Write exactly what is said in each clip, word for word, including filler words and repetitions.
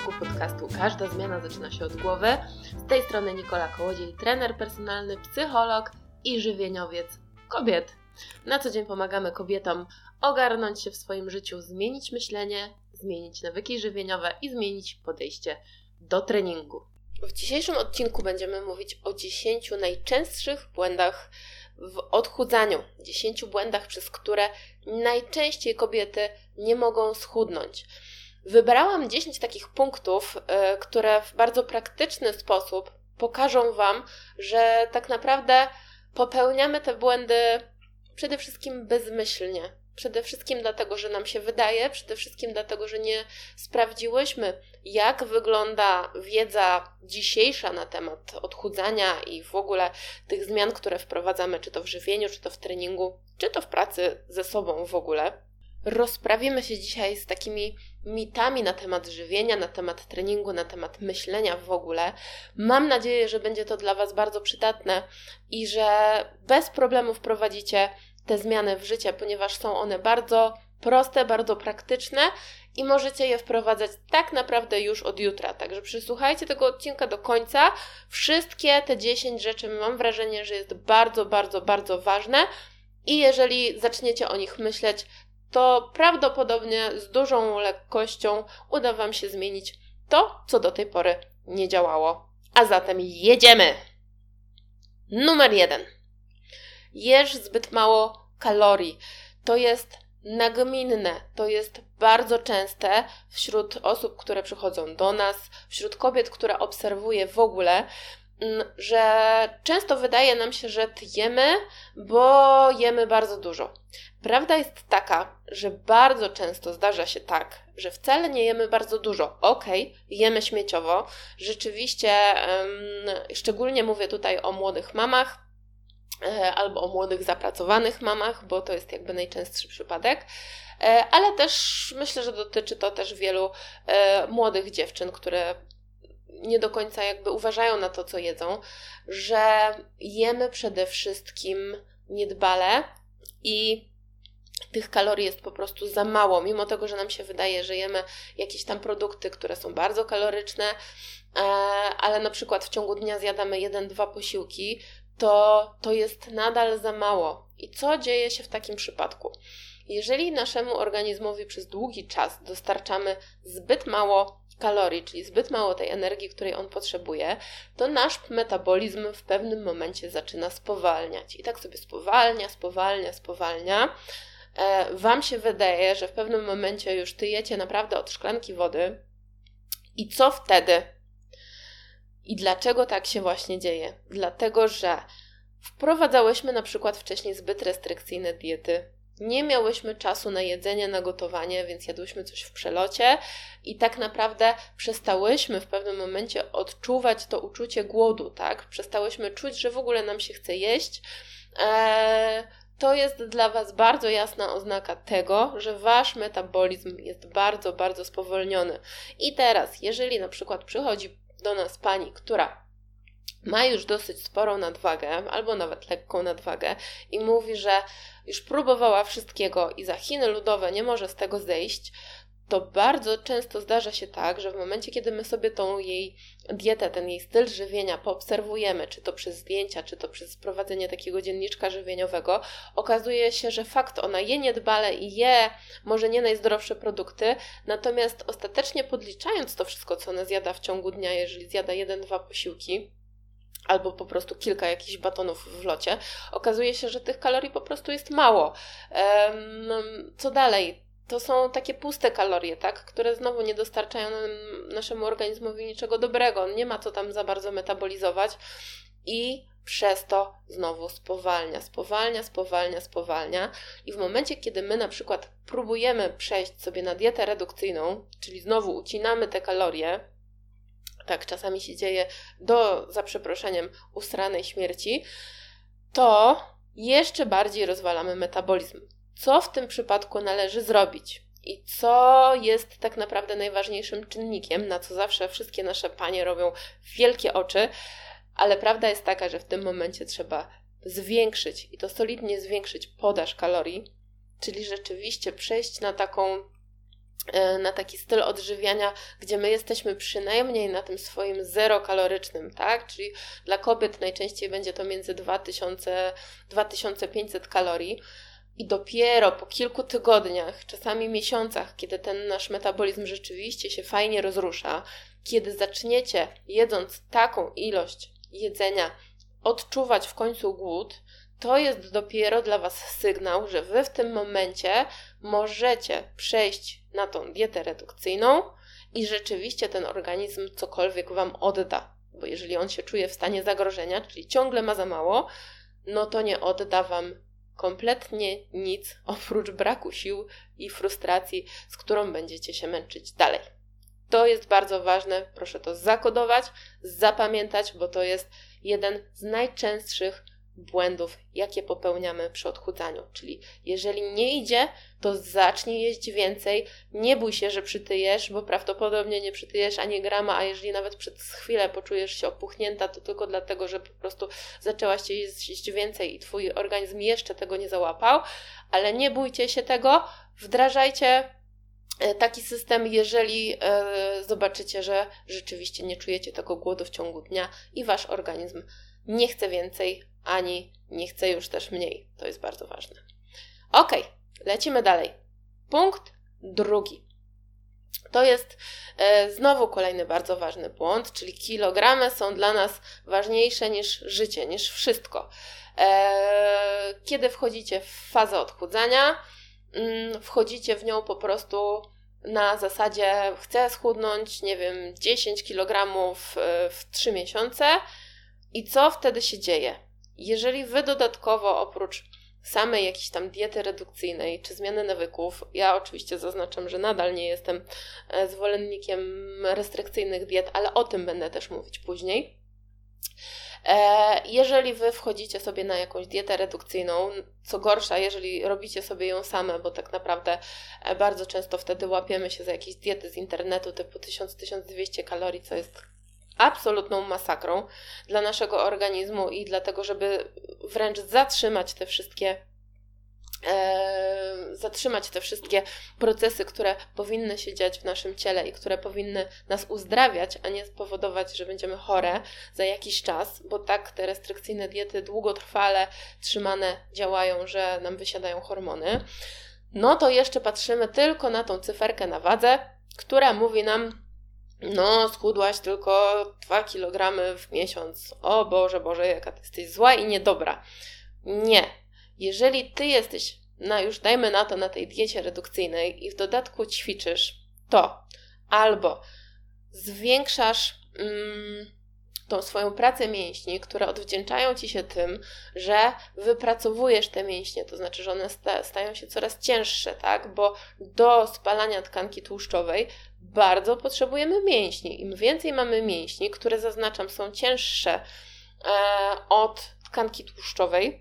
odcinku podcastu Każda zmiana zaczyna się od głowy. Z tej strony Nikola Kołodziej, trener personalny, psycholog i żywieniowiec kobiet. Na co dzień pomagamy kobietom ogarnąć się w swoim życiu, zmienić myślenie, zmienić nawyki żywieniowe i zmienić podejście do treningu. W dzisiejszym odcinku będziemy mówić o dziesięciu najczęstszych błędach w odchudzaniu. dziesięciu błędach, przez które najczęściej kobiety nie mogą schudnąć. Wybrałam dziesięć takich punktów, yy, które w bardzo praktyczny sposób pokażą Wam, że tak naprawdę popełniamy te błędy przede wszystkim bezmyślnie. Przede wszystkim dlatego, że nam się wydaje, przede wszystkim dlatego, że nie sprawdziłyśmy, jak wygląda wiedza dzisiejsza na temat odchudzania i w ogóle tych zmian, które wprowadzamy, czy to w żywieniu, czy to w treningu, czy to w pracy ze sobą w ogóle. Rozprawimy się dzisiaj z takimi mitami na temat żywienia, na temat treningu, na temat myślenia w ogóle. Mam nadzieję, że będzie to dla Was bardzo przydatne i że bez problemu wprowadzicie te zmiany w życie, ponieważ są one bardzo proste, bardzo praktyczne i możecie je wprowadzać tak naprawdę już od jutra. Także przysłuchajcie tego odcinka do końca. Wszystkie te dziesięć rzeczy mam wrażenie, że jest bardzo, bardzo, bardzo ważne i jeżeli zaczniecie o nich myśleć, to prawdopodobnie z dużą lekkością uda Wam się zmienić to, co do tej pory nie działało. A zatem jedziemy! Numer jeden. Jesz zbyt mało kalorii. To jest nagminne, to jest bardzo częste wśród osób, które przychodzą do nas, wśród kobiet, które obserwuję w ogóle, że często wydaje nam się, że jemy, bo jemy bardzo dużo. Prawda jest taka, że bardzo często zdarza się tak, że wcale nie jemy bardzo dużo. Okej, jemy śmieciowo. Rzeczywiście, um, szczególnie mówię tutaj o młodych mamach, albo o młodych, zapracowanych mamach, bo to jest jakby najczęstszy przypadek, ale też myślę, że dotyczy to też wielu młodych dziewczyn, które nie do końca jakby uważają na to, co jedzą, że jemy przede wszystkim niedbale i tych kalorii jest po prostu za mało, mimo tego, że nam się wydaje, że jemy jakieś tam produkty, które są bardzo kaloryczne, ale na przykład w ciągu dnia zjadamy jeden, dwa posiłki, to to jest nadal za mało. I co dzieje się w takim przypadku? Jeżeli naszemu organizmowi przez długi czas dostarczamy zbyt mało kalorii, czyli zbyt mało tej energii, której on potrzebuje, to nasz metabolizm w pewnym momencie zaczyna spowalniać. I tak sobie spowalnia, spowalnia, spowalnia. E, wam się wydaje, że w pewnym momencie już tyjecie naprawdę od szklanki wody. I co wtedy? I dlaczego tak się właśnie dzieje? Dlatego, że wprowadzałyśmy na przykład wcześniej zbyt restrykcyjne diety, nie miałyśmy czasu na jedzenie, na gotowanie, więc jadłyśmy coś w przelocie i tak naprawdę przestałyśmy w pewnym momencie odczuwać to uczucie głodu, tak? Przestałyśmy czuć, że w ogóle nam się chce jeść. Eee, to jest dla Was bardzo jasna oznaka tego, że Wasz metabolizm jest bardzo, bardzo spowolniony. I teraz, jeżeli na przykład przychodzi do nas pani, która ma już dosyć sporą nadwagę, albo nawet lekką nadwagę i mówi, że już próbowała wszystkiego i za Chiny ludowe nie może z tego zejść, to bardzo często zdarza się tak, że w momencie, kiedy my sobie tą jej dietę, ten jej styl żywienia poobserwujemy, czy to przez zdjęcia, czy to przez prowadzenie takiego dzienniczka żywieniowego, okazuje się, że fakt, ona je niedbale i je może nie najzdrowsze produkty, natomiast ostatecznie podliczając to wszystko, co ona zjada w ciągu dnia, jeżeli zjada jeden, dwa posiłki, albo po prostu kilka jakichś batonów w locie, okazuje się, że tych kalorii po prostu jest mało. Um, co dalej? To są takie puste kalorie, tak, które znowu nie dostarczają naszemu organizmowi niczego dobrego. On nie ma co tam za bardzo metabolizować i przez to znowu spowalnia, spowalnia, spowalnia, spowalnia. I w momencie, kiedy my na przykład próbujemy przejść sobie na dietę redukcyjną, czyli znowu ucinamy te kalorie, tak czasami się dzieje do, za przeproszeniem, usranej śmierci, to jeszcze bardziej rozwalamy metabolizm. Co w tym przypadku należy zrobić? I co jest tak naprawdę najważniejszym czynnikiem, na co zawsze wszystkie nasze panie robią wielkie oczy, ale prawda jest taka, że w tym momencie trzeba zwiększyć i to solidnie zwiększyć podaż kalorii, czyli rzeczywiście przejść na taką na taki styl odżywiania, gdzie my jesteśmy przynajmniej na tym swoim zerokalorycznym, tak? Czyli dla kobiet najczęściej będzie to między dwa tysiące do dwa tysiące pięćset kalorii i dopiero po kilku tygodniach, czasami miesiącach, kiedy ten nasz metabolizm rzeczywiście się fajnie rozrusza, kiedy zaczniecie jedząc taką ilość jedzenia odczuwać w końcu głód, to jest dopiero dla Was sygnał, że Wy w tym momencie możecie przejść na tą dietę redukcyjną i rzeczywiście ten organizm cokolwiek Wam odda. Bo jeżeli on się czuje w stanie zagrożenia, czyli ciągle ma za mało, no to nie odda Wam kompletnie nic oprócz braku sił i frustracji, z którą będziecie się męczyć dalej. To jest bardzo ważne, proszę to zakodować, zapamiętać, bo to jest jeden z najczęstszych błędów, jakie popełniamy przy odchudzaniu. Czyli jeżeli nie idzie, to zacznij jeść więcej, nie bój się, że przytyjesz, bo prawdopodobnie nie przytyjesz ani grama, a jeżeli nawet przez chwilę poczujesz się opuchnięta, to tylko dlatego, że po prostu zaczęłaś się jeść więcej i Twój organizm jeszcze tego nie załapał, ale nie bójcie się tego, wdrażajcie taki system, jeżeli e, zobaczycie, że rzeczywiście nie czujecie tego głodu w ciągu dnia i Wasz organizm nie chce więcej, ani nie chce już też mniej. To jest bardzo ważne. Ok, lecimy dalej. Punkt drugi. To jest e, znowu kolejny bardzo ważny błąd, czyli kilogramy są dla nas ważniejsze niż życie, niż wszystko. E, kiedy wchodzicie w fazę odchudzania, mm, wchodzicie w nią po prostu na zasadzie chcę schudnąć, nie wiem, dziesięć kilogramów w trzy miesiące i co wtedy się dzieje? Jeżeli Wy dodatkowo oprócz samej jakiejś tam diety redukcyjnej czy zmiany nawyków, ja oczywiście zaznaczam, że nadal nie jestem zwolennikiem restrykcyjnych diet, ale o tym będę też mówić później. Jeżeli Wy wchodzicie sobie na jakąś dietę redukcyjną, co gorsza, jeżeli robicie sobie ją same, bo tak naprawdę bardzo często wtedy łapiemy się za jakieś diety z internetu typu tysiąc do tysiąca dwieście kalorii, co jest absolutną masakrą dla naszego organizmu i dlatego, żeby wręcz zatrzymać te wszystkie e, zatrzymać te wszystkie procesy, które powinny się dziać w naszym ciele i które powinny nas uzdrawiać, a nie spowodować, że będziemy chore za jakiś czas, bo tak te restrykcyjne diety długotrwale trzymane działają, że nam wysiadają hormony, no to jeszcze patrzymy tylko na tą cyferkę na wadze, która mówi nam: no, schudłaś tylko dwa kilogramy w miesiąc. O Boże, Boże, jaka ty jesteś zła i niedobra. Nie. Jeżeli ty jesteś, na, już dajmy na to, na tej diecie redukcyjnej i w dodatku ćwiczysz, to albo zwiększasz mm, tą swoją pracę mięśni, które odwdzięczają Ci się tym, że wypracowujesz te mięśnie, to znaczy, że one sta- stają się coraz cięższe, tak? Bo do spalania tkanki tłuszczowej bardzo potrzebujemy mięśni. Im więcej mamy mięśni, które zaznaczam są cięższe e, od tkanki tłuszczowej,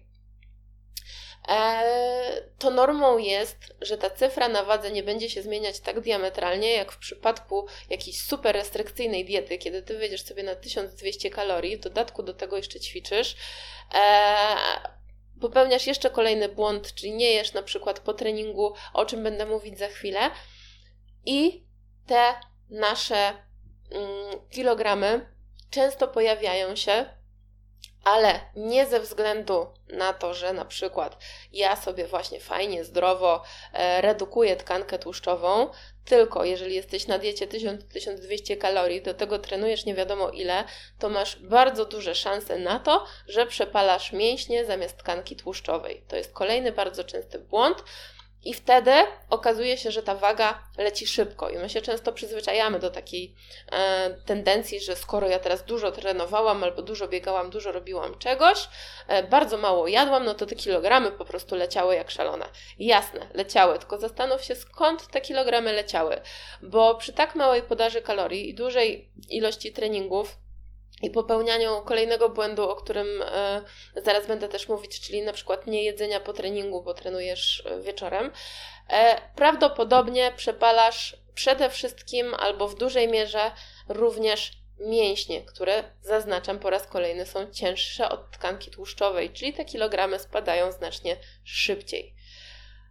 to normą jest, że ta cyfra na wadze nie będzie się zmieniać tak diametralnie, jak w przypadku jakiejś super restrykcyjnej diety, kiedy ty wyjdziesz sobie na tysiąc dwieście kalorii, w dodatku do tego jeszcze ćwiczysz, popełniasz jeszcze kolejny błąd, czyli nie jesz na przykład po treningu, o czym będę mówić za chwilę, i te nasze mm, kilogramy często pojawiają się, ale nie ze względu na to, że na przykład ja sobie właśnie fajnie, zdrowo e, redukuję tkankę tłuszczową, tylko jeżeli jesteś na diecie tysiąc do tysiąca dwieście kalorii, do tego trenujesz nie wiadomo ile, to masz bardzo duże szanse na to, że przepalasz mięśnie zamiast tkanki tłuszczowej. To jest kolejny bardzo częsty błąd. I wtedy okazuje się, że ta waga leci szybko i my się często przyzwyczajamy do takiej e, tendencji, że skoro ja teraz dużo trenowałam albo dużo biegałam, dużo robiłam czegoś, e, bardzo mało jadłam, no to te kilogramy po prostu leciały jak szalone. Jasne, leciały, tylko zastanów się, skąd te kilogramy leciały, bo przy tak małej podaży kalorii i dużej ilości treningów i popełnianiu kolejnego błędu, o którym e, zaraz będę też mówić, czyli na przykład nie jedzenia po treningu, bo trenujesz wieczorem, e, prawdopodobnie przepalasz przede wszystkim albo w dużej mierze również mięśnie, które, zaznaczam po raz kolejny, są cięższe od tkanki tłuszczowej, czyli te kilogramy spadają znacznie szybciej.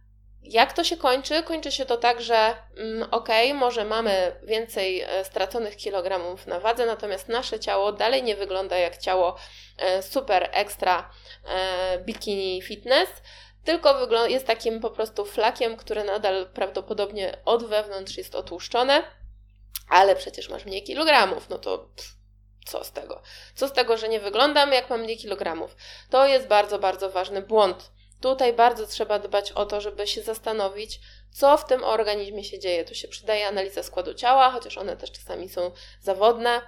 Jak to się kończy? Kończy się to tak, że mm, okej, okay, może mamy więcej e, straconych kilogramów na wadze, natomiast nasze ciało dalej nie wygląda jak ciało e, super ekstra e, bikini fitness, tylko wygląda, jest takim po prostu flakiem, który nadal prawdopodobnie od wewnątrz jest otłuszczone, ale przecież masz mniej kilogramów, no to pff, co z tego? Co z tego, że nie wyglądam jak mam mniej kilogramów? To jest bardzo, bardzo ważny błąd. Tutaj bardzo trzeba dbać o to, żeby się zastanowić, co w tym organizmie się dzieje. Tu się przydaje analiza składu ciała, chociaż one też czasami są zawodne.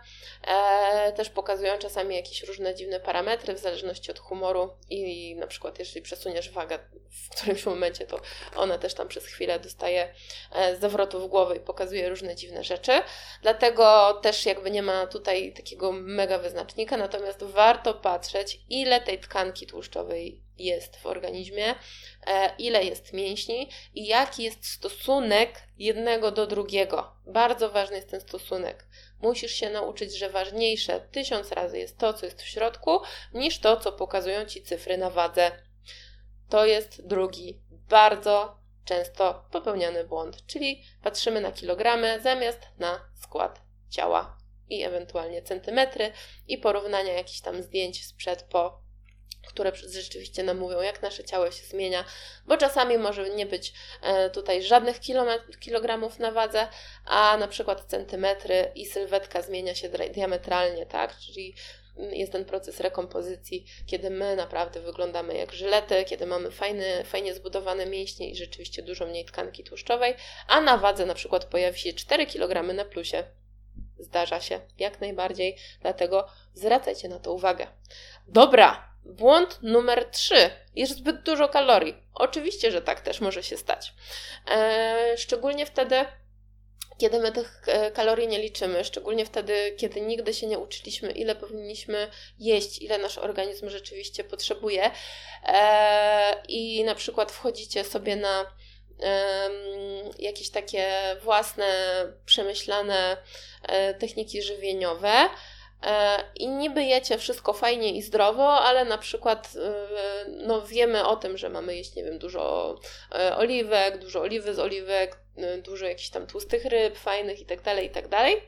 E, też pokazują czasami jakieś różne dziwne parametry w zależności od humoru i na przykład jeżeli przesuniesz wagę w którymś momencie, to ona też tam przez chwilę dostaje e, zawrotów głowy i pokazuje różne dziwne rzeczy. Dlatego też jakby nie ma tutaj takiego mega wyznacznika, natomiast warto patrzeć, ile tej tkanki tłuszczowej jest w organizmie, e, ile jest mięśni i jaki jest stosunek jednego do drugiego. Bardzo ważny jest ten stosunek. Musisz się nauczyć, że ważniejsze tysiąc razy jest to, co jest w środku, niż to, co pokazują Ci cyfry na wadze. To jest drugi bardzo często popełniany błąd, czyli patrzymy na kilogramy zamiast na skład ciała i ewentualnie centymetry i porównania jakichś tam zdjęć sprzed, po, które rzeczywiście nam mówią, jak nasze ciało się zmienia, bo czasami może nie być tutaj żadnych kilogramów na wadze, a na przykład centymetry i sylwetka zmienia się diametralnie, tak? Czyli jest ten proces rekompozycji, kiedy my naprawdę wyglądamy jak żylety, kiedy mamy fajny, fajnie zbudowane mięśnie i rzeczywiście dużo mniej tkanki tłuszczowej, a na wadze na przykład pojawi się cztery kilogramy na plusie. Zdarza się, jak najbardziej, dlatego zwracajcie na to uwagę. Dobra, błąd numer trzy. Jest zbyt dużo kalorii. Oczywiście, że tak też może się stać. Eee, szczególnie wtedy, kiedy my tych kalorii nie liczymy, szczególnie wtedy, kiedy nigdy się nie uczyliśmy, ile powinniśmy jeść, ile nasz organizm rzeczywiście potrzebuje eee, i na przykład wchodzicie sobie na eee, jakieś takie własne, przemyślane e, techniki żywieniowe, i niby jecie wszystko fajnie i zdrowo, ale na przykład no, wiemy o tym, że mamy jeść, nie wiem, dużo oliwek, dużo oliwy z oliwek, dużo jakichś tam tłustych ryb fajnych i tak dalej, i tak dalej.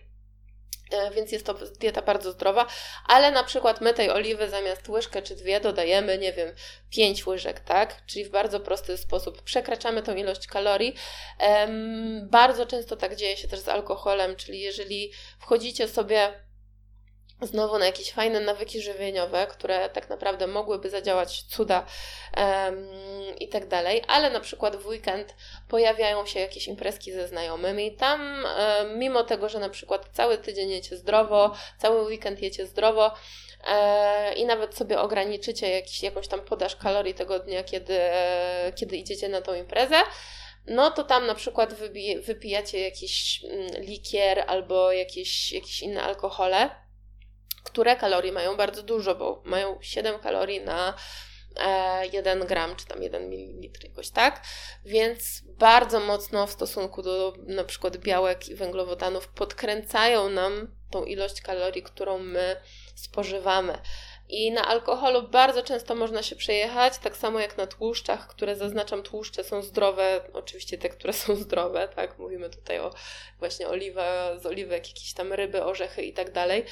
Więc jest to dieta bardzo zdrowa, ale na przykład my tej oliwy zamiast łyżkę czy dwie dodajemy, nie wiem, pięć łyżek, tak? Czyli w bardzo prosty sposób przekraczamy tą ilość kalorii. Um, bardzo często tak dzieje się też z alkoholem, czyli jeżeli wchodzicie sobie znowu na jakieś fajne nawyki żywieniowe, które tak naprawdę mogłyby zadziałać cuda um, i tak dalej, ale na przykład w weekend pojawiają się jakieś imprezki ze znajomymi. Tam um, mimo tego, że na przykład cały tydzień jecie zdrowo, cały weekend jecie zdrowo e, i nawet sobie ograniczycie jakiś, jakąś tam podaż kalorii tego dnia, kiedy, e, kiedy idziecie na tą imprezę, no to tam na przykład wybi- wypijacie jakiś mm, likier albo jakieś, jakieś inne alkohole, które kalorii mają bardzo dużo, bo mają siedem kalorii na e, jeden gram, czy tam jeden mililitr jakoś, tak? Więc bardzo mocno w stosunku do na przykład białek i węglowodanów podkręcają nam tą ilość kalorii, którą my spożywamy. I na alkoholu bardzo często można się przejechać, tak samo jak na tłuszczach, które zaznaczam, tłuszcze są zdrowe, oczywiście te, które są zdrowe, tak, mówimy tutaj o właśnie oliwa, z oliwek, jakieś tam ryby, orzechy i tak dalej.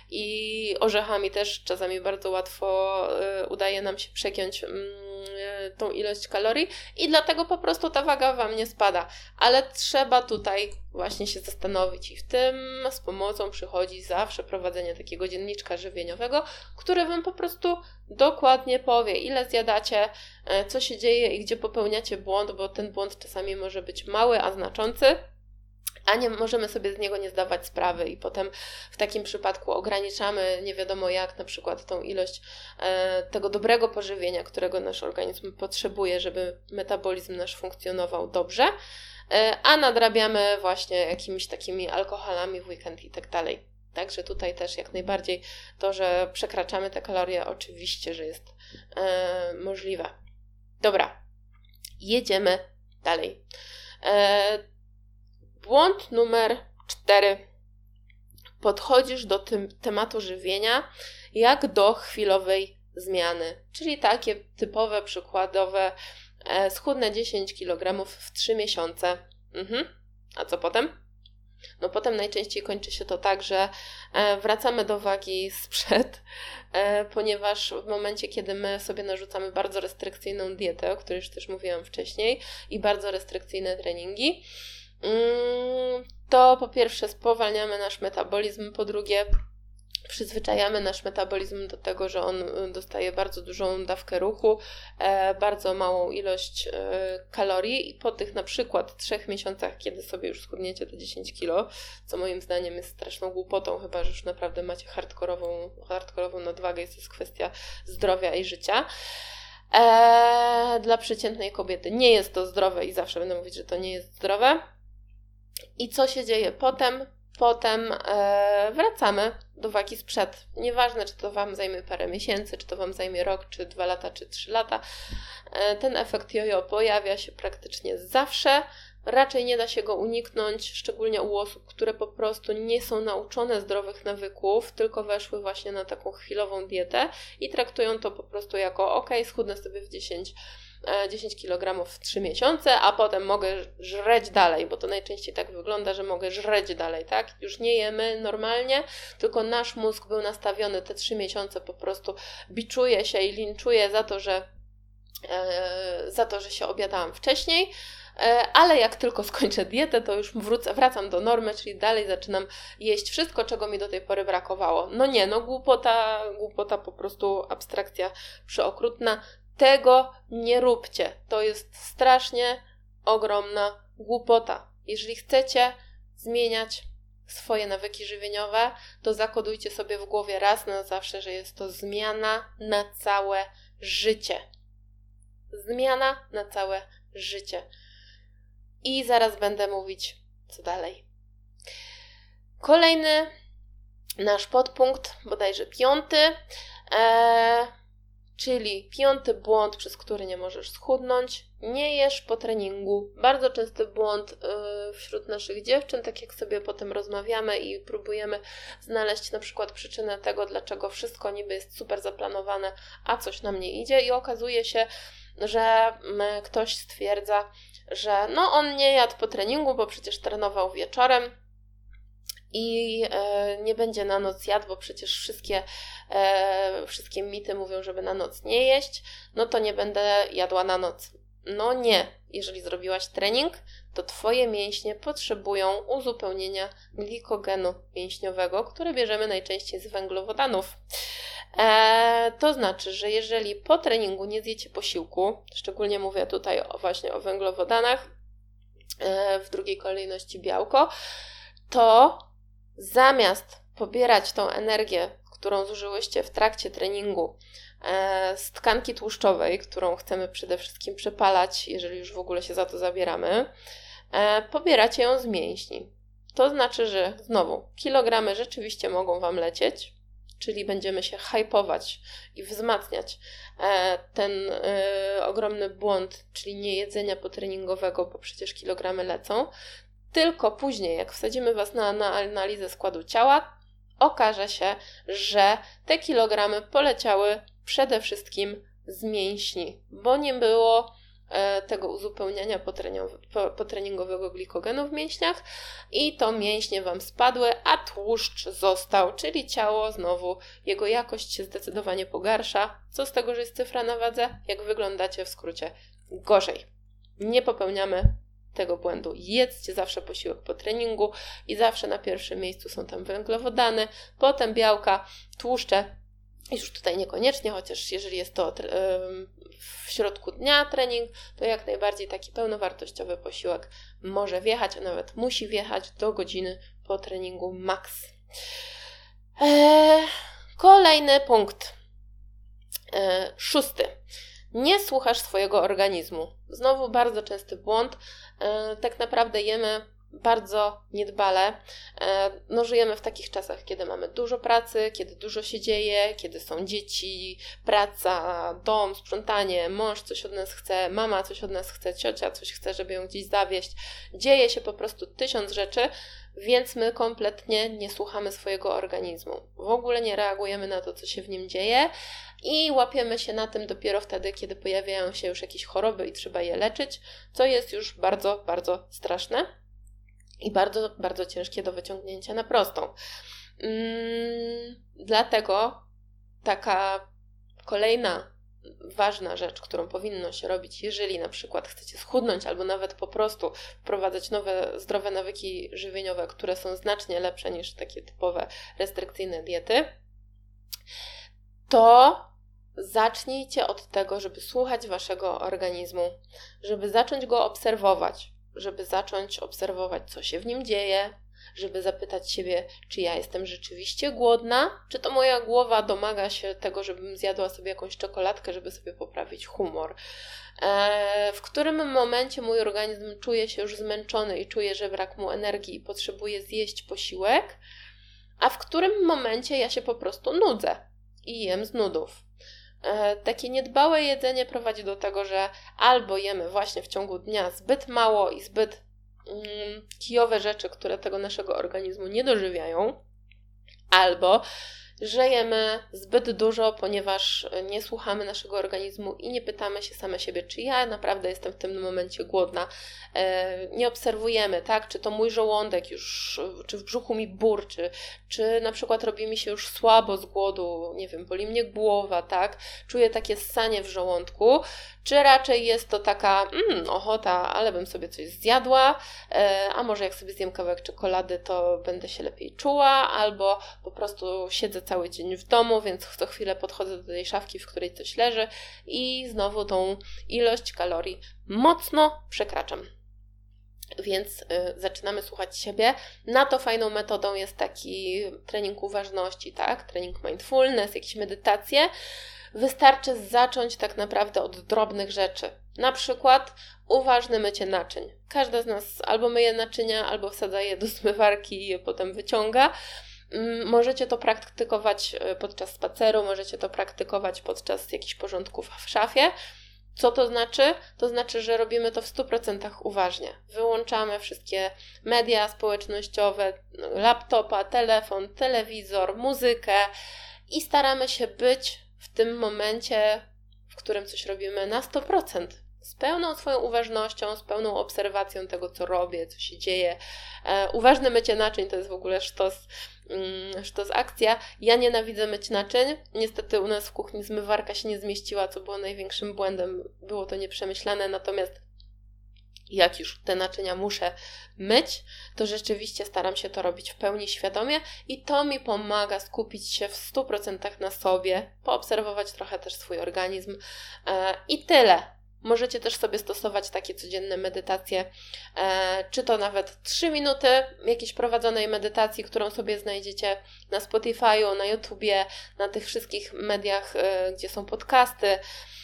I orzechami też czasami bardzo łatwo y, udaje nam się przegiąć y, tą ilość kalorii i dlatego po prostu ta waga Wam nie spada. Ale trzeba tutaj właśnie się zastanowić i w tym z pomocą przychodzi zawsze prowadzenie takiego dzienniczka żywieniowego, który Wam po prostu dokładnie powie, ile zjadacie, co się dzieje i gdzie popełniacie błąd, bo ten błąd czasami może być mały, a znaczący, a nie możemy sobie z niego nie zdawać sprawy i potem w takim przypadku ograniczamy nie wiadomo jak na przykład tą ilość e, tego dobrego pożywienia, którego nasz organizm potrzebuje, żeby metabolizm nasz funkcjonował dobrze, e, a nadrabiamy właśnie jakimiś takimi alkoholami w weekend i tak dalej. Także tutaj też jak najbardziej to, że przekraczamy te kalorie, oczywiście, że jest e, możliwe. Dobra, jedziemy dalej. E, Błąd numer cztery. Podchodzisz do tym tematu żywienia jak do chwilowej zmiany, czyli takie typowe, przykładowe e, schudnę dziesięć kilogramów w trzy miesiące. Mhm. A co potem? No potem najczęściej kończy się to tak, że e, wracamy do wagi sprzed, e, ponieważ w momencie, kiedy my sobie narzucamy bardzo restrykcyjną dietę, o której już też mówiłam wcześniej, i bardzo restrykcyjne treningi, mm, to po pierwsze spowalniamy nasz metabolizm, po drugie przyzwyczajamy nasz metabolizm do tego, że on dostaje bardzo dużą dawkę ruchu, e, bardzo małą ilość e, kalorii i po tych na przykład trzech miesiącach, kiedy sobie już schudniecie te dziesięć kilo, co moim zdaniem jest straszną głupotą, chyba że już naprawdę macie hardkorową, hardkorową nadwagę i to jest kwestia zdrowia i życia. E, dla przeciętnej kobiety nie jest to zdrowe i zawsze będę mówić, że to nie jest zdrowe. I co się dzieje potem? Potem e, wracamy do wagi sprzed. Nieważne, czy to Wam zajmie parę miesięcy, czy to Wam zajmie rok, czy dwa lata, czy trzy lata. E, ten efekt jojo pojawia się praktycznie zawsze. Raczej nie da się go uniknąć, szczególnie u osób, które po prostu nie są nauczone zdrowych nawyków, tylko weszły właśnie na taką chwilową dietę i traktują to po prostu jako ok, schudnę sobie w dziesięć kilogramów w trzy miesiące, a potem mogę żreć dalej, bo to najczęściej tak wygląda, że mogę żreć dalej, tak? Już nie jemy normalnie, tylko nasz mózg był nastawiony te trzy miesiące, po prostu biczuje się i linczuje za to, że e, za to, że się obiadałam wcześniej, e, ale jak tylko skończę dietę, to już wrócę, wracam do normy, czyli dalej zaczynam jeść wszystko, czego mi do tej pory brakowało. No nie, no głupota, głupota po prostu abstrakcja przeokrutna. Tego nie róbcie. To jest strasznie ogromna głupota. Jeżeli chcecie zmieniać swoje nawyki żywieniowe, to zakodujcie sobie w głowie raz na zawsze, że jest to zmiana na całe życie. Zmiana na całe życie. I zaraz będę mówić, co dalej. Kolejny nasz podpunkt, bodajże piąty, eee, czyli piąty błąd, przez który nie możesz schudnąć, nie jesz po treningu. Bardzo częsty błąd yy, wśród naszych dziewczyn, tak jak sobie potem rozmawiamy i próbujemy znaleźć na przykład przyczynę tego, dlaczego wszystko niby jest super zaplanowane, a coś nam nie idzie i okazuje się, że yy, ktoś stwierdza, że no on nie jadł po treningu, bo przecież trenował wieczorem, i e, nie będzie na noc jadł, bo przecież wszystkie, e, wszystkie mity mówią, żeby na noc nie jeść, no to nie będę jadła na noc. No nie, jeżeli zrobiłaś trening, to Twoje mięśnie potrzebują uzupełnienia glikogenu mięśniowego, które bierzemy najczęściej z węglowodanów. E, to znaczy, że jeżeli po treningu nie zjecie posiłku, szczególnie mówię tutaj o, właśnie o węglowodanach, e, w drugiej kolejności białko, to zamiast pobierać tą energię, którą zużyłyście w trakcie treningu e, z tkanki tłuszczowej, którą chcemy przede wszystkim przepalać, jeżeli już w ogóle się za to zabieramy, e, pobieracie ją z mięśni. To znaczy, że znowu kilogramy rzeczywiście mogą Wam lecieć, czyli będziemy się hypować i wzmacniać e, ten e, ogromny błąd, czyli niejedzenia potreningowego, bo przecież kilogramy lecą. Tylko później, jak wsadzimy Was na, na analizę składu ciała, okaże się, że te kilogramy poleciały przede wszystkim z mięśni, bo nie było e, tego uzupełniania potreningowego glikogenu w mięśniach i to mięśnie Wam spadły, a tłuszcz został, czyli ciało znowu, jego jakość się zdecydowanie pogarsza. Co z tego, że jest cyfra na wadze? Jak wyglądacie w skrócie? Gorzej. Nie popełniamy tego błędu. Jedzcie zawsze posiłek po treningu i zawsze na pierwszym miejscu są tam węglowodany, potem białka, tłuszcze. Już tutaj niekoniecznie, chociaż jeżeli jest to w środku dnia trening, to jak najbardziej taki pełnowartościowy posiłek może wjechać, a nawet musi wjechać do godziny po treningu max. Eee, kolejny punkt. Eee, szósty. Nie słuchasz swojego organizmu. Znowu bardzo częsty błąd. E, tak naprawdę jemy bardzo niedbale. E, no, żyjemy w takich czasach, kiedy mamy dużo pracy, kiedy dużo się dzieje, kiedy są dzieci, praca, dom, sprzątanie, mąż coś od nas chce, mama coś od nas chce, ciocia coś chce, żeby ją gdzieś zawieźć. Dzieje się po prostu tysiąc rzeczy, więc my kompletnie nie słuchamy swojego organizmu. W ogóle nie reagujemy na to, co się w nim dzieje i łapiemy się na tym dopiero wtedy, kiedy pojawiają się już jakieś choroby i trzeba je leczyć, co jest już bardzo, bardzo straszne i bardzo, bardzo ciężkie do wyciągnięcia na prostą. Mm, dlatego taka kolejna ważna rzecz, którą powinno się robić, jeżeli na przykład chcecie schudnąć albo nawet po prostu wprowadzać nowe, zdrowe nawyki żywieniowe, które są znacznie lepsze niż takie typowe restrykcyjne diety, to zacznijcie od tego, żeby słuchać waszego organizmu, żeby zacząć go obserwować, żeby zacząć obserwować, co się w nim dzieje, żeby zapytać siebie, czy ja jestem rzeczywiście głodna, czy to moja głowa domaga się tego, żebym zjadła sobie jakąś czekoladkę, żeby sobie poprawić humor. Eee, w którym momencie mój organizm czuje się już zmęczony i czuje, że brak mu energii i potrzebuje zjeść posiłek, a w którym momencie ja się po prostu nudzę i jem z nudów. E, takie niedbałe jedzenie prowadzi do tego, że albo jemy właśnie w ciągu dnia zbyt mało i zbyt mm, kijowe rzeczy, które tego naszego organizmu nie dożywiają, albo że jemy zbyt dużo, ponieważ nie słuchamy naszego organizmu i nie pytamy się same siebie, czy ja naprawdę jestem w tym momencie głodna. E, nie obserwujemy, tak, czy to mój żołądek już, czy w brzuchu mi burczy, czy na przykład robi mi się już słabo z głodu, nie wiem, boli mnie głowa, tak, czuję takie ssanie w żołądku, czy raczej jest to taka mm, ochota, ale bym sobie coś zjadła, e, a może jak sobie zjem kawałek czekolady, to będę się lepiej czuła, albo po prostu siedzę cały dzień w domu, więc co chwilę podchodzę do tej szafki, w której coś leży i znowu tą ilość kalorii mocno przekraczam. Więc y, zaczynamy słuchać siebie. Na to fajną metodą jest taki trening uważności, tak? Trening mindfulness, jakieś medytacje. Wystarczy zacząć tak naprawdę od drobnych rzeczy. Na przykład uważne mycie naczyń. Każda z nas albo myje naczynia, albo wsadza je do zmywarki i je potem wyciąga. Możecie to praktykować podczas spaceru, możecie to praktykować podczas jakichś porządków w szafie. Co to znaczy? To znaczy, że robimy to w stu procentach uważnie. Wyłączamy wszystkie media społecznościowe, laptopa, telefon, telewizor, muzykę i staramy się być w tym momencie, w którym coś robimy na sto procent. Z pełną swoją uważnością, z pełną obserwacją tego, co robię, co się dzieje. E, uważne mycie naczyń to jest w ogóle sztos, mm, sztos akcja. Ja nienawidzę myć naczyń. Niestety u nas w kuchni zmywarka się nie zmieściła, co było największym błędem. Było to nieprzemyślane, natomiast jak już te naczynia muszę myć, to rzeczywiście staram się to robić w pełni świadomie i to mi pomaga skupić się w stu procentach na sobie, poobserwować trochę też swój organizm e, i tyle. Możecie też sobie stosować takie codzienne medytacje, e, czy to nawet trzy minuty jakiejś prowadzonej medytacji, którą sobie znajdziecie na Spotify'u, na YouTubie, na tych wszystkich mediach, e, gdzie są podcasty.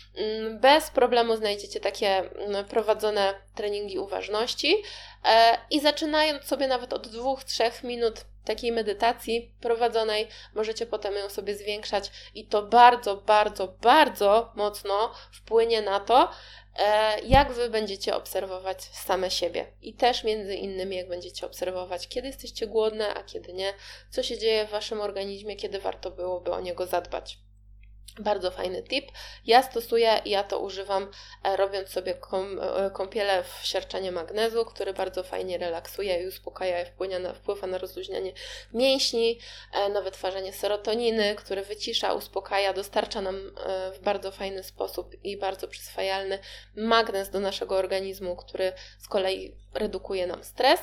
Bez problemu znajdziecie takie prowadzone treningi uważności e, i zaczynając sobie nawet od dwóch, trzech minut takiej medytacji prowadzonej, możecie potem ją sobie zwiększać i to bardzo, bardzo, bardzo mocno wpłynie na to, e, jak Wy będziecie obserwować same siebie. I też między innymi, jak będziecie obserwować, kiedy jesteście głodne, a kiedy nie, co się dzieje w Waszym organizmie, kiedy warto byłoby o niego zadbać. Bardzo fajny tip. Ja stosuję i ja to używam, e, robiąc sobie kom, e, kąpiele w siarczanie magnezu, który bardzo fajnie relaksuje i uspokaja i wpływa na, wpływa na rozluźnianie mięśni, e, na wytwarzanie serotoniny, który wycisza, uspokaja, dostarcza nam e, w bardzo fajny sposób i bardzo przyswajalny magnez do naszego organizmu, który z kolei redukuje nam stres.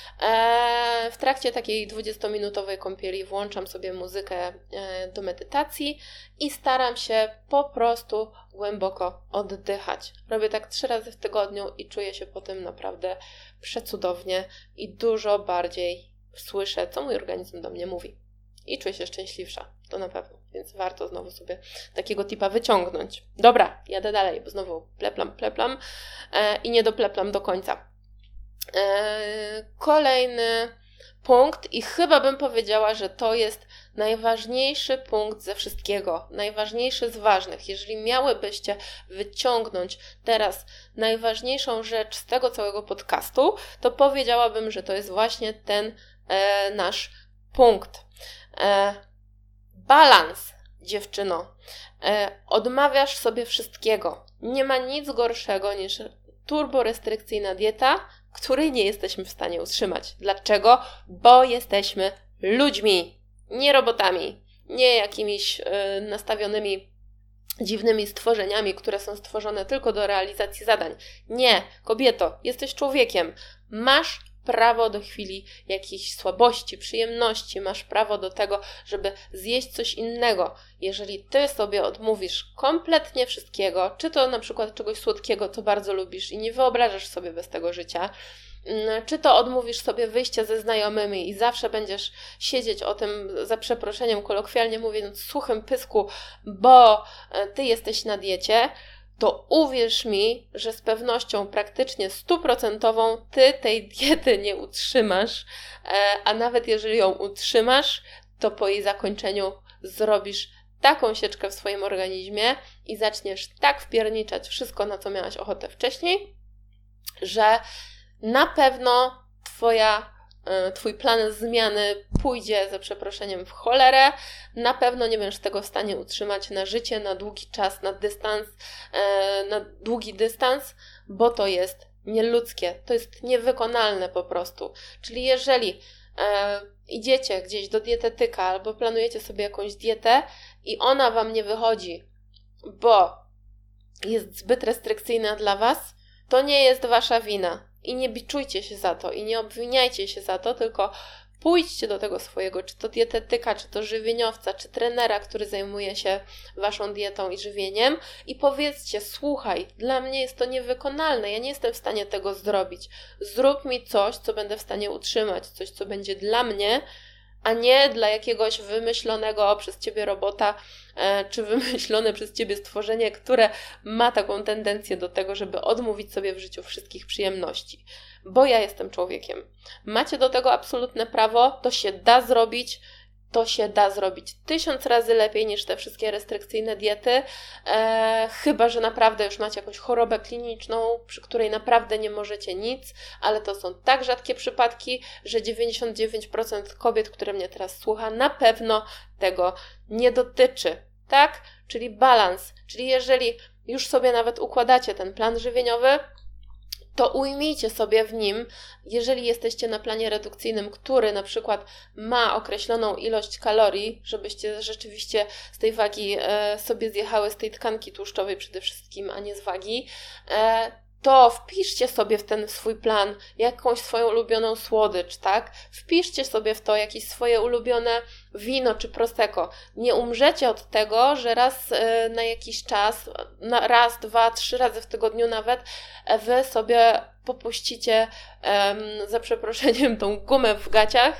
E, w trakcie takiej dwudziestominutowej kąpieli włączam sobie muzykę e, do medytacji i staram się po prostu głęboko oddychać. Robię tak trzy razy w tygodniu i czuję się po tym naprawdę przecudownie i dużo bardziej słyszę, co mój organizm do mnie mówi. I czuję się szczęśliwsza, to na pewno, więc warto znowu sobie takiego tipa wyciągnąć. Dobra, jadę dalej, bo znowu pleplam, pleplam e, i nie dopleplam do końca. E, kolejny punkt i chyba bym powiedziała, że to jest najważniejszy punkt ze wszystkiego, najważniejszy z ważnych. Jeżeli miałybyście wyciągnąć teraz najważniejszą rzecz z tego całego podcastu, to powiedziałabym, że to jest właśnie ten e, nasz punkt. E, balans, dziewczyno. E, odmawiasz sobie wszystkiego. Nie ma nic gorszego niż turborestrykcyjna dieta, której nie jesteśmy w stanie utrzymać. Dlaczego? Bo jesteśmy ludźmi, nie robotami, nie jakimiś e, nastawionymi dziwnymi stworzeniami, które są stworzone tylko do realizacji zadań. Nie, kobieto, jesteś człowiekiem. Masz prawo do chwili jakiejś słabości, przyjemności, masz prawo do tego, żeby zjeść coś innego. Jeżeli ty sobie odmówisz kompletnie wszystkiego, czy to na przykład czegoś słodkiego, co bardzo lubisz i nie wyobrażasz sobie bez tego życia, czy to odmówisz sobie wyjścia ze znajomymi i zawsze będziesz siedzieć o tym, za przeproszeniem, kolokwialnie mówiąc, suchym pysku, bo ty jesteś na diecie, to uwierz mi, że z pewnością praktycznie stuprocentową ty tej diety nie utrzymasz, a nawet jeżeli ją utrzymasz, to po jej zakończeniu zrobisz taką sieczkę w swoim organizmie i zaczniesz tak wpierniczać wszystko, na co miałaś ochotę wcześniej, że na pewno twoja, twój plan zmiany pójdzie za przeproszeniem w cholerę, na pewno nie będziesz tego w stanie utrzymać na życie, na długi czas, na dystans, na długi dystans, bo to jest nieludzkie, to jest niewykonalne po prostu. Czyli jeżeli e, idziecie gdzieś do dietetyka albo planujecie sobie jakąś dietę i ona wam nie wychodzi, bo jest zbyt restrykcyjna dla was, to nie jest wasza wina. I nie biczujcie się za to i nie obwiniajcie się za to, tylko pójdźcie do tego swojego, czy to dietetyka, czy to żywieniowca, czy trenera, który zajmuje się waszą dietą i żywieniem i powiedzcie, słuchaj, dla mnie jest to niewykonalne, ja nie jestem w stanie tego zrobić. Zrób mi coś, co będę w stanie utrzymać, coś, co będzie dla mnie, a nie dla jakiegoś wymyślonego przez ciebie robota, e, czy wymyślone przez ciebie stworzenie, które ma taką tendencję do tego, żeby odmówić sobie w życiu wszystkich przyjemności. Bo ja jestem człowiekiem. Macie do tego absolutne prawo, to się da zrobić, to się da zrobić tysiąc razy lepiej niż te wszystkie restrykcyjne diety, e, chyba że naprawdę już macie jakąś chorobę kliniczną, przy której naprawdę nie możecie nic, ale to są tak rzadkie przypadki, że dziewięćdziesiąt dziewięć procent kobiet, które mnie teraz słucha, na pewno tego nie dotyczy, tak? Czyli balans, czyli jeżeli już sobie nawet układacie ten plan żywieniowy, to ujmijcie sobie w nim, jeżeli jesteście na planie redukcyjnym, który na przykład ma określoną ilość kalorii, żebyście rzeczywiście z tej wagi e, sobie zjechały, z tej tkanki tłuszczowej przede wszystkim, a nie z wagi, e, to wpiszcie sobie w ten swój plan jakąś swoją ulubioną słodycz, tak? Wpiszcie sobie w to jakieś swoje ulubione wino czy prosecco. Nie umrzecie od tego, że raz e, na jakiś czas, na raz, dwa, trzy razy w tygodniu nawet, e, wy sobie popuścicie e, za przeproszeniem tą gumę w gaciach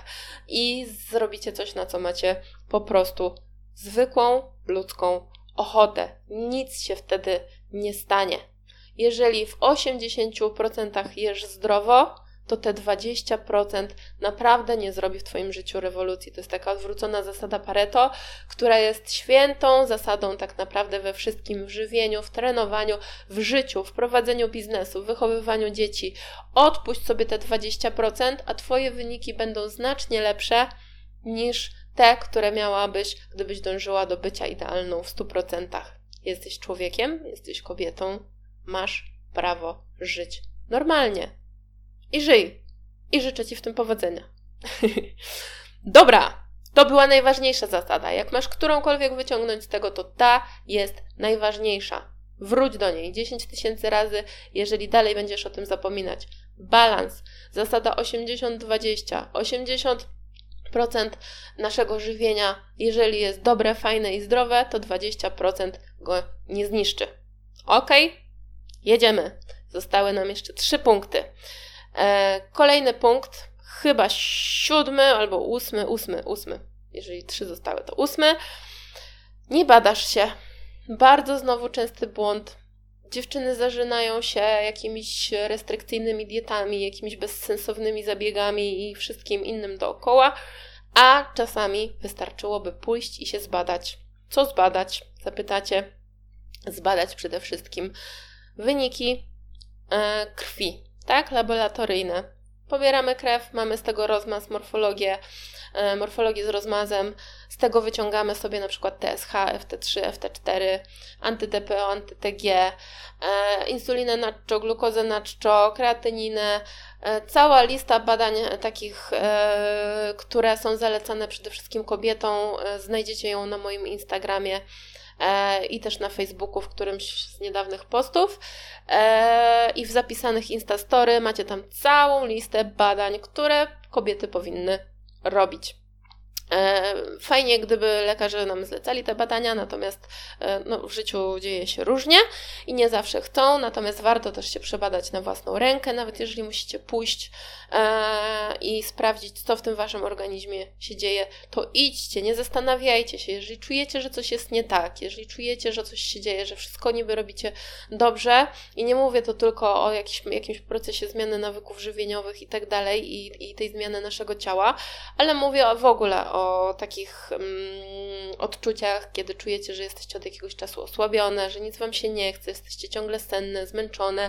i zrobicie coś, na co macie po prostu zwykłą ludzką ochotę. Nic się wtedy nie stanie. Jeżeli w osiemdziesiąt procent jesz zdrowo, to te dwadzieścia procent naprawdę nie zrobi w twoim życiu rewolucji. To jest taka odwrócona zasada Pareto, która jest świętą zasadą tak naprawdę we wszystkim, w żywieniu, w trenowaniu, w życiu, w prowadzeniu biznesu, w wychowywaniu dzieci. Odpuść sobie te dwadzieścia procent, a twoje wyniki będą znacznie lepsze niż te, które miałabyś, gdybyś dążyła do bycia idealną w stu procentach. Jesteś człowiekiem, jesteś kobietą, masz prawo żyć normalnie. I żyj. I życzę ci w tym powodzenia. Dobra, to była najważniejsza zasada. Jak masz którąkolwiek wyciągnąć z tego, to ta jest najważniejsza. Wróć do niej dziesięć tysięcy razy, jeżeli dalej będziesz o tym zapominać. Balans. Zasada osiemdziesiąt dwadzieścia. osiemdziesiąt procent naszego żywienia, jeżeli jest dobre, fajne i zdrowe, to dwadzieścia procent go nie zniszczy. Ok? Jedziemy. Zostały nam jeszcze trzy punkty. E, kolejny punkt, chyba siódmy albo ósmy, ósmy, ósmy. Jeżeli trzy zostały, to ósmy. Nie badasz się. Bardzo znowu częsty błąd. Dziewczyny zażynają się jakimiś restrykcyjnymi dietami, jakimiś bezsensownymi zabiegami i wszystkim innym dookoła, a czasami wystarczyłoby pójść i się zbadać. Co zbadać? Zapytacie. Zbadać przede wszystkim wyniki e, krwi, tak? Laboratoryjne. Pobieramy krew, mamy z tego rozmaz, morfologię, e, morfologię z rozmazem, z tego wyciągamy sobie na przykład T S H, F T trzy, F T cztery, anty-T P O, anty-T G, e, insulinę naczczo, glukozę naczczo, kreatyninę, e, cała lista badań takich, e, które są zalecane przede wszystkim kobietom, e, znajdziecie ją na moim Instagramie i też na Facebooku w którymś z niedawnych postów i w zapisanych Instastory macie tam całą listę badań, które kobiety powinny robić. Fajnie, gdyby lekarze nam zlecali te badania, natomiast no, w życiu dzieje się różnie i nie zawsze chcą, natomiast warto też się przebadać na własną rękę, nawet jeżeli musicie pójść e, i sprawdzić, co w tym waszym organizmie się dzieje, to idźcie, nie zastanawiajcie się, jeżeli czujecie, że coś jest nie tak, jeżeli czujecie, że coś się dzieje, że wszystko niby robicie dobrze i nie mówię to tylko o jakimś, jakimś procesie zmiany nawyków żywieniowych i tak dalej i, i tej zmiany naszego ciała, ale mówię w ogóle o takich um, odczuciach, kiedy czujecie, że jesteście od jakiegoś czasu osłabione, że nic wam się nie chce, jesteście ciągle senne, zmęczone,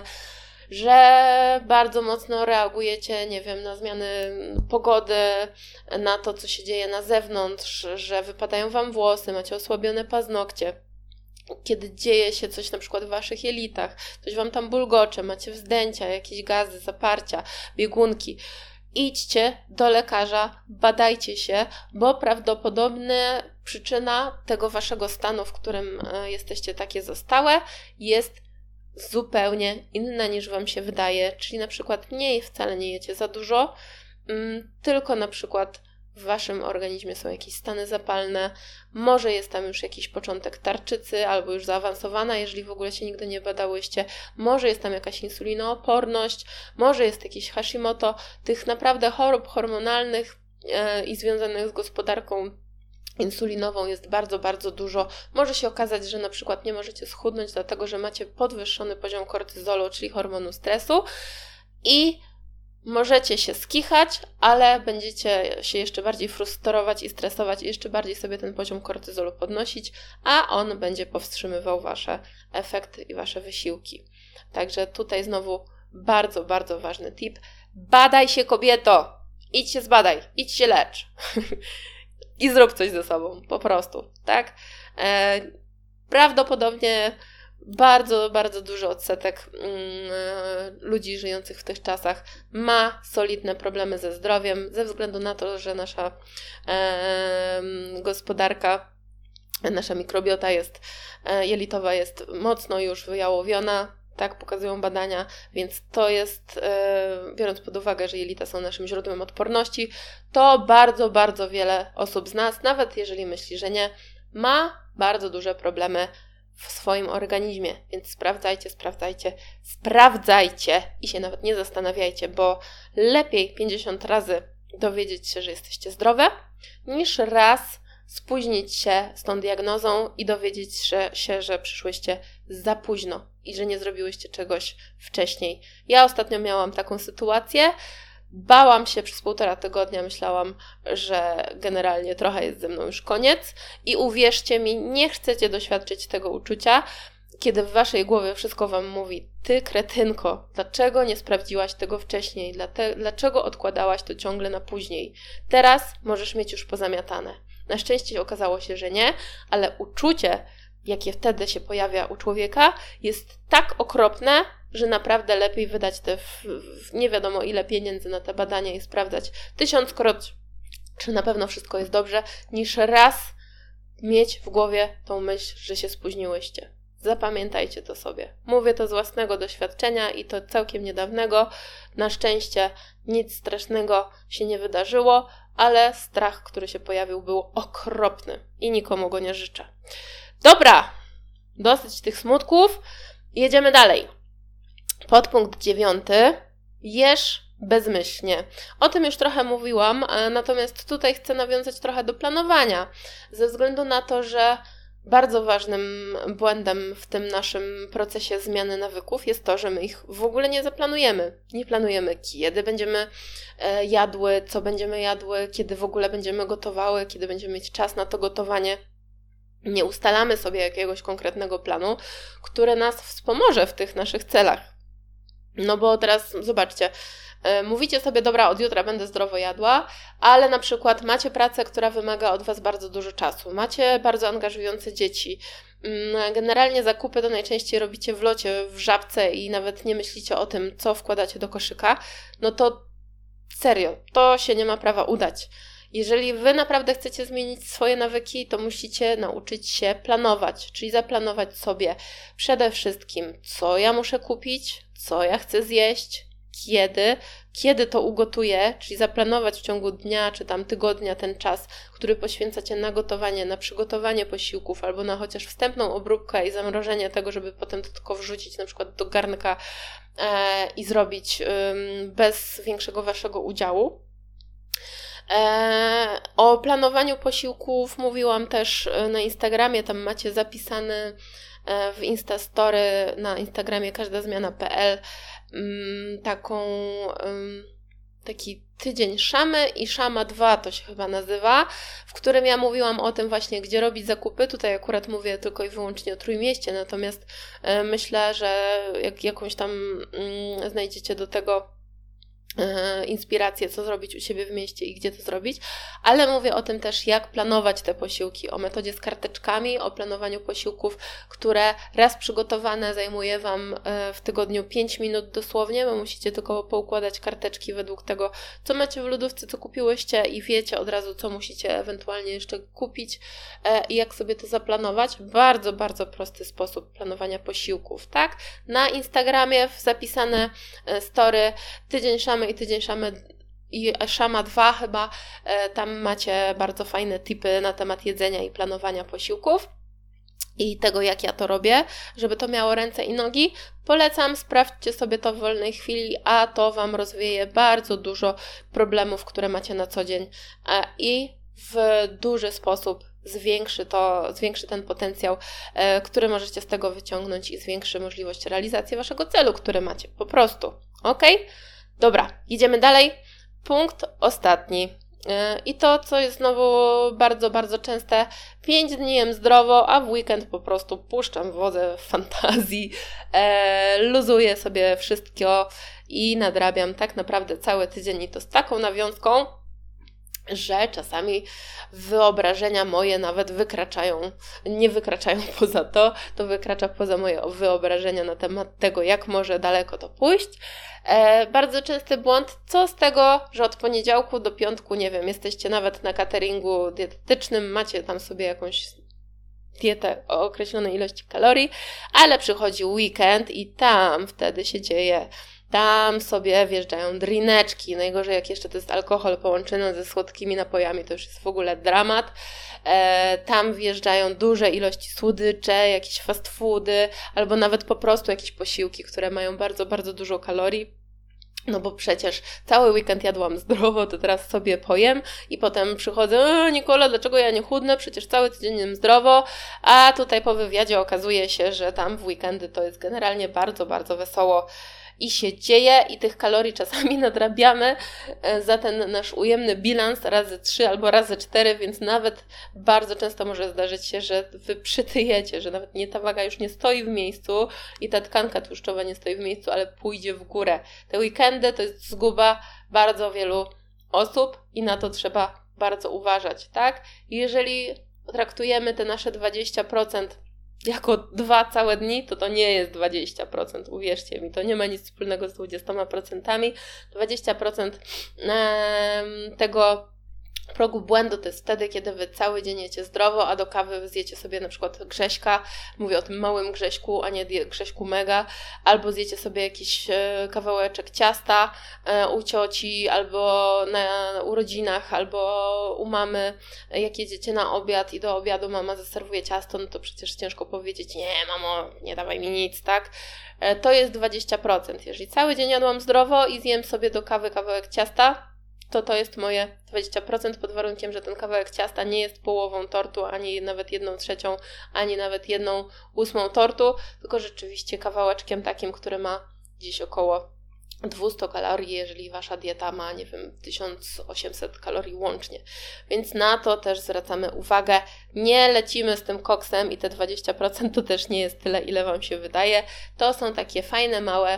że bardzo mocno reagujecie, nie wiem, na zmiany pogody, na to, co się dzieje na zewnątrz, że wypadają wam włosy, macie osłabione paznokcie. Kiedy dzieje się coś na przykład w waszych jelitach, coś wam tam bulgocze, macie wzdęcia, jakieś gazy, zaparcia, biegunki. Idźcie do lekarza, badajcie się, bo prawdopodobnie przyczyna tego waszego stanu, w którym jesteście takie zostałe, jest zupełnie inna niż wam się wydaje, czyli na przykład nie wcale nie jecie za dużo, tylko na przykład w waszym organizmie są jakieś stany zapalne, może jest tam już jakiś początek tarczycy albo już zaawansowana, jeżeli w ogóle się nigdy nie badałyście, może jest tam jakaś insulinooporność, może jest jakieś Hashimoto, tych naprawdę chorób hormonalnych e, i związanych z gospodarką insulinową jest bardzo, bardzo dużo. Może się okazać, że na przykład nie możecie schudnąć, dlatego że macie podwyższony poziom kortyzolu, czyli hormonu stresu i możecie się skichać, ale będziecie się jeszcze bardziej frustrować i stresować i jeszcze bardziej sobie ten poziom kortyzolu podnosić, a on będzie powstrzymywał wasze efekty i wasze wysiłki. Także tutaj znowu bardzo, bardzo ważny tip. Badaj się, kobieto! Idź się zbadaj, idź się lecz. I zrób coś ze sobą, po prostu, tak? E, prawdopodobnie bardzo, bardzo duży odsetek mm, ludzi żyjących w tych czasach ma solidne problemy ze zdrowiem, ze względu na to, że nasza e, gospodarka, nasza mikrobiota jest, e, jelitowa jest mocno już wyjałowiona, tak pokazują badania, więc to jest, e, biorąc pod uwagę, że jelita są naszym źródłem odporności, to bardzo, bardzo wiele osób z nas, nawet jeżeli myśli, że nie, ma bardzo duże problemy w swoim organizmie, więc sprawdzajcie, sprawdzajcie, sprawdzajcie i się nawet nie zastanawiajcie, bo lepiej pięćdziesiąt razy dowiedzieć się, że jesteście zdrowe, niż raz spóźnić się z tą diagnozą i dowiedzieć się, że przyszłyście za późno i że nie zrobiłyście czegoś wcześniej. Ja ostatnio miałam taką sytuację, bałam się przez półtora tygodnia, myślałam, że generalnie trochę jest ze mną już koniec i uwierzcie mi, nie chcecie doświadczyć tego uczucia, kiedy w waszej głowie wszystko wam mówi: ty kretynko, dlaczego nie sprawdziłaś tego wcześniej, dlaczego odkładałaś to ciągle na później, teraz możesz mieć już pozamiatane. Na szczęście okazało się, że nie, ale uczucie, jakie wtedy się pojawia u człowieka, jest tak okropne, że naprawdę lepiej wydać te w, w nie wiadomo ile pieniędzy na te badania i sprawdzać tysiąckroć, czy na pewno wszystko jest dobrze, niż raz mieć w głowie tą myśl, że się spóźniłyście. Zapamiętajcie to sobie. Mówię to z własnego doświadczenia i to całkiem niedawnego. Na szczęście nic strasznego się nie wydarzyło, ale strach, który się pojawił, był okropny i nikomu go nie życzę. Dobra, dosyć tych smutków. Jedziemy dalej. Podpunkt dziewiąty. Jesz bezmyślnie. O tym już trochę mówiłam, natomiast tutaj chcę nawiązać trochę do planowania, ze względu na to, że bardzo ważnym błędem w tym naszym procesie zmiany nawyków jest to, że my ich w ogóle nie zaplanujemy. Nie planujemy, kiedy będziemy jadły, co będziemy jadły, kiedy w ogóle będziemy gotowały, kiedy będziemy mieć czas na to gotowanie. Nie ustalamy sobie jakiegoś konkretnego planu, który nas wspomoże w tych naszych celach. No bo teraz zobaczcie, yy, mówicie sobie, dobra, od jutra będę zdrowo jadła, ale na przykład macie pracę, która wymaga od Was bardzo dużo czasu, macie bardzo angażujące dzieci, yy, generalnie zakupy to najczęściej robicie w locie, w Żabce i nawet nie myślicie o tym, co wkładacie do koszyka, no to serio, to się nie ma prawa udać. Jeżeli Wy naprawdę chcecie zmienić swoje nawyki, to musicie nauczyć się planować, czyli zaplanować sobie przede wszystkim, co ja muszę kupić, co ja chcę zjeść, kiedy, kiedy to ugotuję, czyli zaplanować w ciągu dnia czy tam tygodnia ten czas, który poświęcacie na gotowanie, na przygotowanie posiłków albo na chociaż wstępną obróbkę i zamrożenie tego, żeby potem to tylko wrzucić na przykład do garnka e, i zrobić e, bez większego Waszego udziału. E, o planowaniu posiłków mówiłam też na Instagramie, tam macie zapisany e, w Instastory na Instagramie każda zmiana kropka pe el m, taką m, taki tydzień szamy i szama dwa to się chyba nazywa, w którym ja mówiłam o tym właśnie, gdzie robić zakupy. Tutaj akurat mówię tylko i wyłącznie o Trójmieście, natomiast e, myślę, że jak jakąś tam mm, znajdziecie do tego inspirację, co zrobić u siebie w mieście i gdzie to zrobić, ale mówię o tym też, jak planować te posiłki, o metodzie z karteczkami, o planowaniu posiłków, które raz przygotowane zajmuje Wam w tygodniu pięć minut dosłownie, bo musicie tylko poukładać karteczki według tego, co macie w lodówce, co kupiłyście i wiecie od razu, co musicie ewentualnie jeszcze kupić i jak sobie to zaplanować. Bardzo, bardzo prosty sposób planowania posiłków, tak? Na Instagramie zapisane story tydzień szamy i tydzień szamy i szama dwa chyba, tam macie bardzo fajne tipy na temat jedzenia i planowania posiłków i tego, jak ja to robię, żeby to miało ręce i nogi. Polecam, sprawdźcie sobie to w wolnej chwili, a to Wam rozwieje bardzo dużo problemów, które macie na co dzień i w duży sposób zwiększy to, zwiększy ten potencjał, który możecie z tego wyciągnąć i zwiększy możliwość realizacji Waszego celu, który macie, po prostu. Ok? Dobra, idziemy dalej. Punkt ostatni. I to, co jest znowu bardzo, bardzo częste. Pięć dni jem zdrowo, a w weekend po prostu puszczam wodę w fantazji, e, luzuję sobie wszystko i nadrabiam tak naprawdę cały tydzień i to z taką nawiązką, że czasami wyobrażenia moje nawet wykraczają, nie wykraczają poza to, to wykracza poza moje wyobrażenia na temat tego, jak może daleko to pójść. E, bardzo częsty błąd, co z tego, że od poniedziałku do piątku, nie wiem, jesteście nawet na cateringu dietetycznym, macie tam sobie jakąś dietę o określonej ilości kalorii, ale przychodzi weekend i tam wtedy się dzieje. Tam sobie wjeżdżają drineczki. Najgorzej, jak jeszcze to jest alkohol połączony ze słodkimi napojami, to już jest w ogóle dramat. E, tam wjeżdżają duże ilości słodycze, jakieś fast foody, albo nawet po prostu jakieś posiłki, które mają bardzo, bardzo dużo kalorii. No bo przecież cały weekend jadłam zdrowo, to teraz sobie pojem i potem przychodzę, e, Nikola, dlaczego ja nie chudnę? Przecież cały tydzień jem zdrowo, a tutaj po wywiadzie okazuje się, że tam w weekendy to jest generalnie bardzo, bardzo wesoło i się dzieje i tych kalorii czasami nadrabiamy za ten nasz ujemny bilans razy trzy albo razy cztery, więc nawet bardzo często może zdarzyć się, że Wy przytyjecie, że nawet nie ta waga już nie stoi w miejscu i ta tkanka tłuszczowa nie stoi w miejscu, ale pójdzie w górę. Te weekendy to jest zguba bardzo wielu osób i na to trzeba bardzo uważać, tak? Jeżeli traktujemy te nasze dwadzieścia procent jako dwa całe dni, to to nie jest dwadzieścia procent, uwierzcie mi, to nie ma nic wspólnego z dwudziestoma procentami. dwadzieścia procent tego progu błędu to jest wtedy, kiedy Wy cały dzień jecie zdrowo, a do kawy zjecie sobie na przykład grześka, mówię o tym małym grześku, a nie grześku mega, albo zjecie sobie jakiś kawałeczek ciasta u cioci, albo na urodzinach, albo u mamy, jak jedziecie na obiad i do obiadu mama zaserwuje ciasto, no to przecież ciężko powiedzieć, nie mamo, nie dawaj mi nic, tak? To jest dwadzieścia procent. Jeżeli cały dzień jadłam zdrowo i zjem sobie do kawy kawałek ciasta, to to jest moje dwadzieścia procent pod warunkiem, że ten kawałek ciasta nie jest połową tortu, ani nawet jedną trzecią, ani nawet jedną ósmą tortu, tylko rzeczywiście kawałeczkiem takim, który ma gdzieś około dwieście kalorii, jeżeli Wasza dieta ma, nie wiem, tysiąc osiemset kalorii łącznie. Więc na to też zwracamy uwagę. Nie lecimy z tym koksem i te dwadzieścia procent to też nie jest tyle, ile Wam się wydaje. To są takie fajne, małe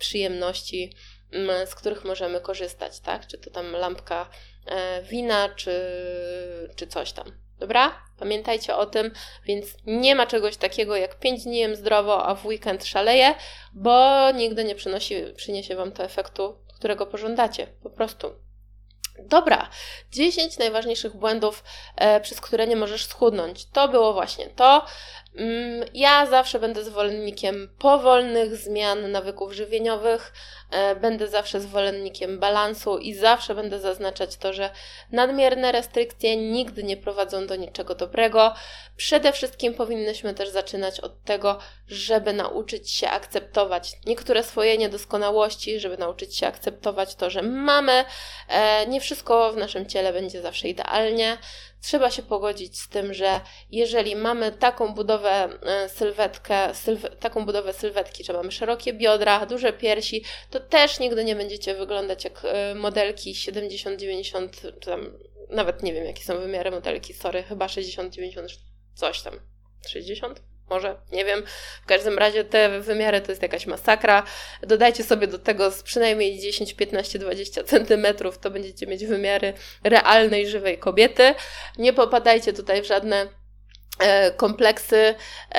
przyjemności, z których możemy korzystać, tak? Czy to tam lampka wina, czy, czy coś tam. Dobra? Pamiętajcie o tym, więc nie ma czegoś takiego jak pięć dni jem zdrowo, a w weekend szaleję, bo nigdy nie przynosi, przyniesie Wam to efektu, którego pożądacie. Po prostu. Dobra, dziesięć najważniejszych błędów, e, przez które nie możesz schudnąć. To było właśnie to. Mm, ja zawsze będę zwolennikiem powolnych zmian nawyków żywieniowych, e, będę zawsze zwolennikiem balansu i zawsze będę zaznaczać to, że nadmierne restrykcje nigdy nie prowadzą do niczego dobrego. Przede wszystkim powinnyśmy też zaczynać od tego, żeby nauczyć się akceptować niektóre swoje niedoskonałości, żeby nauczyć się akceptować to, że mamy. E, nie wszystko w naszym ciele będzie zawsze idealnie. Trzeba się pogodzić z tym, że jeżeli mamy taką budowę sylwetkę, sylw- taką budowę sylwetki, że mamy szerokie biodra, duże piersi, to też nigdy nie będziecie wyglądać jak modelki siedemdziesiąt dziewięćdziesiąt, czy tam nawet nie wiem jakie są wymiary modelki, sorry, chyba sześćdziesiąt dziewięćdziesiąt, coś tam, sześćdziesiąt? Może, nie wiem. W każdym razie te wymiary to jest jakaś masakra. Dodajcie sobie do tego z przynajmniej dziesięć, piętnaście, dwadzieścia centymetrów, to będziecie mieć wymiary realnej, żywej kobiety. Nie popadajcie tutaj w żadne e, kompleksy.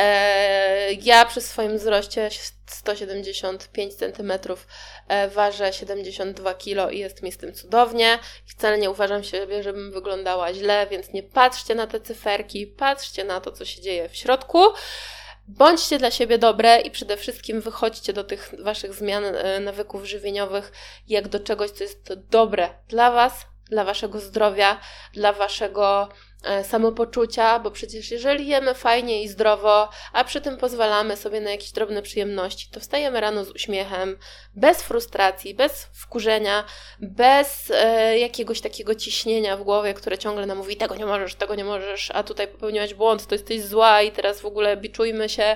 E, ja przy swoim wzroście sto siedemdziesiąt pięć centymetrów e, ważę siedemdziesiąt dwa kilo i jest mi z tym cudownie. Wcale nie uważam siebie, żebym wyglądała źle, więc nie patrzcie na te cyferki, patrzcie na to, co się dzieje w środku. Bądźcie dla siebie dobre i przede wszystkim wychodźcie do tych waszych zmian e, nawyków żywieniowych jak do czegoś, co jest dobre dla was, dla waszego zdrowia, dla waszego e, samopoczucia, bo przecież jeżeli jemy fajnie i zdrowo, a przy tym pozwalamy sobie na jakieś drobne przyjemności, to wstajemy rano z uśmiechem, bez frustracji, bez wkurzenia, bez e, jakiegoś takiego ciśnienia w głowie, które ciągle nam mówi, tego nie możesz, tego nie możesz, a tutaj popełniłaś błąd, to jesteś zła i teraz w ogóle biczujmy się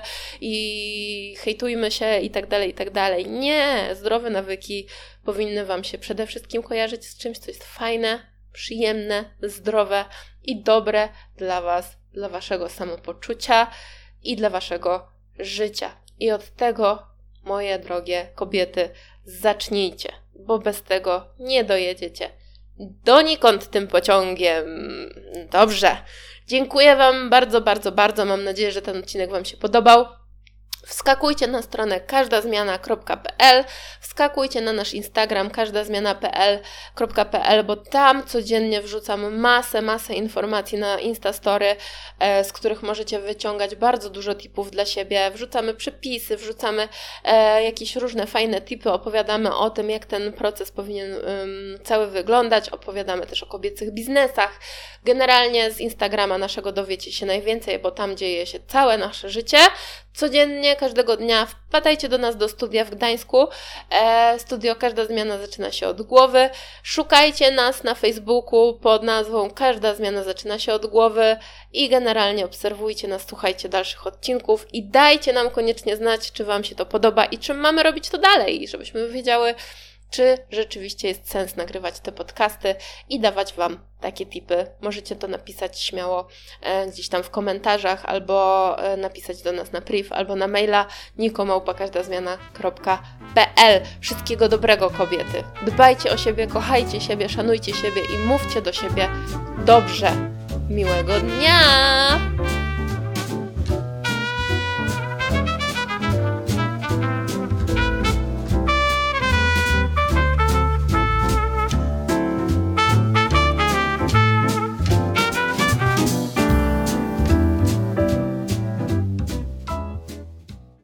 i hejtujmy się i tak dalej, i tak dalej. Nie! Zdrowe nawyki powinny Wam się przede wszystkim kojarzyć z czymś, co jest fajne, przyjemne, zdrowe i dobre dla Was, dla Waszego samopoczucia i dla Waszego życia. I od tego, moje drogie kobiety, zacznijcie, bo bez tego nie dojedziecie donikąd tym pociągiem. Dobrze. Dziękuję Wam bardzo, bardzo, bardzo. Mam nadzieję, że ten odcinek Wam się podobał. Wskakujcie na stronę każdazmiana kropka p l, wskakujcie na nasz Instagram każdazmiana kropka p l, bo tam codziennie wrzucam masę, masę informacji na Instastory, e, z których możecie wyciągać bardzo dużo tipów dla siebie. Wrzucamy przepisy, wrzucamy e, jakieś różne fajne tipy, opowiadamy o tym, jak ten proces powinien um, cały wyglądać, opowiadamy też o kobiecych biznesach. Generalnie z Instagrama naszego dowiecie się najwięcej, bo tam dzieje się całe nasze życie. Codziennie, każdego dnia wpadajcie do nas do studia w Gdańsku. E, studio Każda Zmiana zaczyna się od głowy. Szukajcie nas na Facebooku pod nazwą Każda Zmiana zaczyna się od głowy i generalnie obserwujcie nas, słuchajcie dalszych odcinków i dajcie nam koniecznie znać, czy Wam się to podoba i czy mamy robić to dalej, żebyśmy wiedziały, czy rzeczywiście jest sens nagrywać te podcasty i dawać Wam takie tipy. Możecie to napisać śmiało e, gdzieś tam w komentarzach, albo e, napisać do nas na priv, albo na maila niko małpa każda zmiana kropka p l. Wszystkiego dobrego, kobiety. Dbajcie o siebie, kochajcie siebie, szanujcie siebie i mówcie do siebie dobrze. Miłego dnia!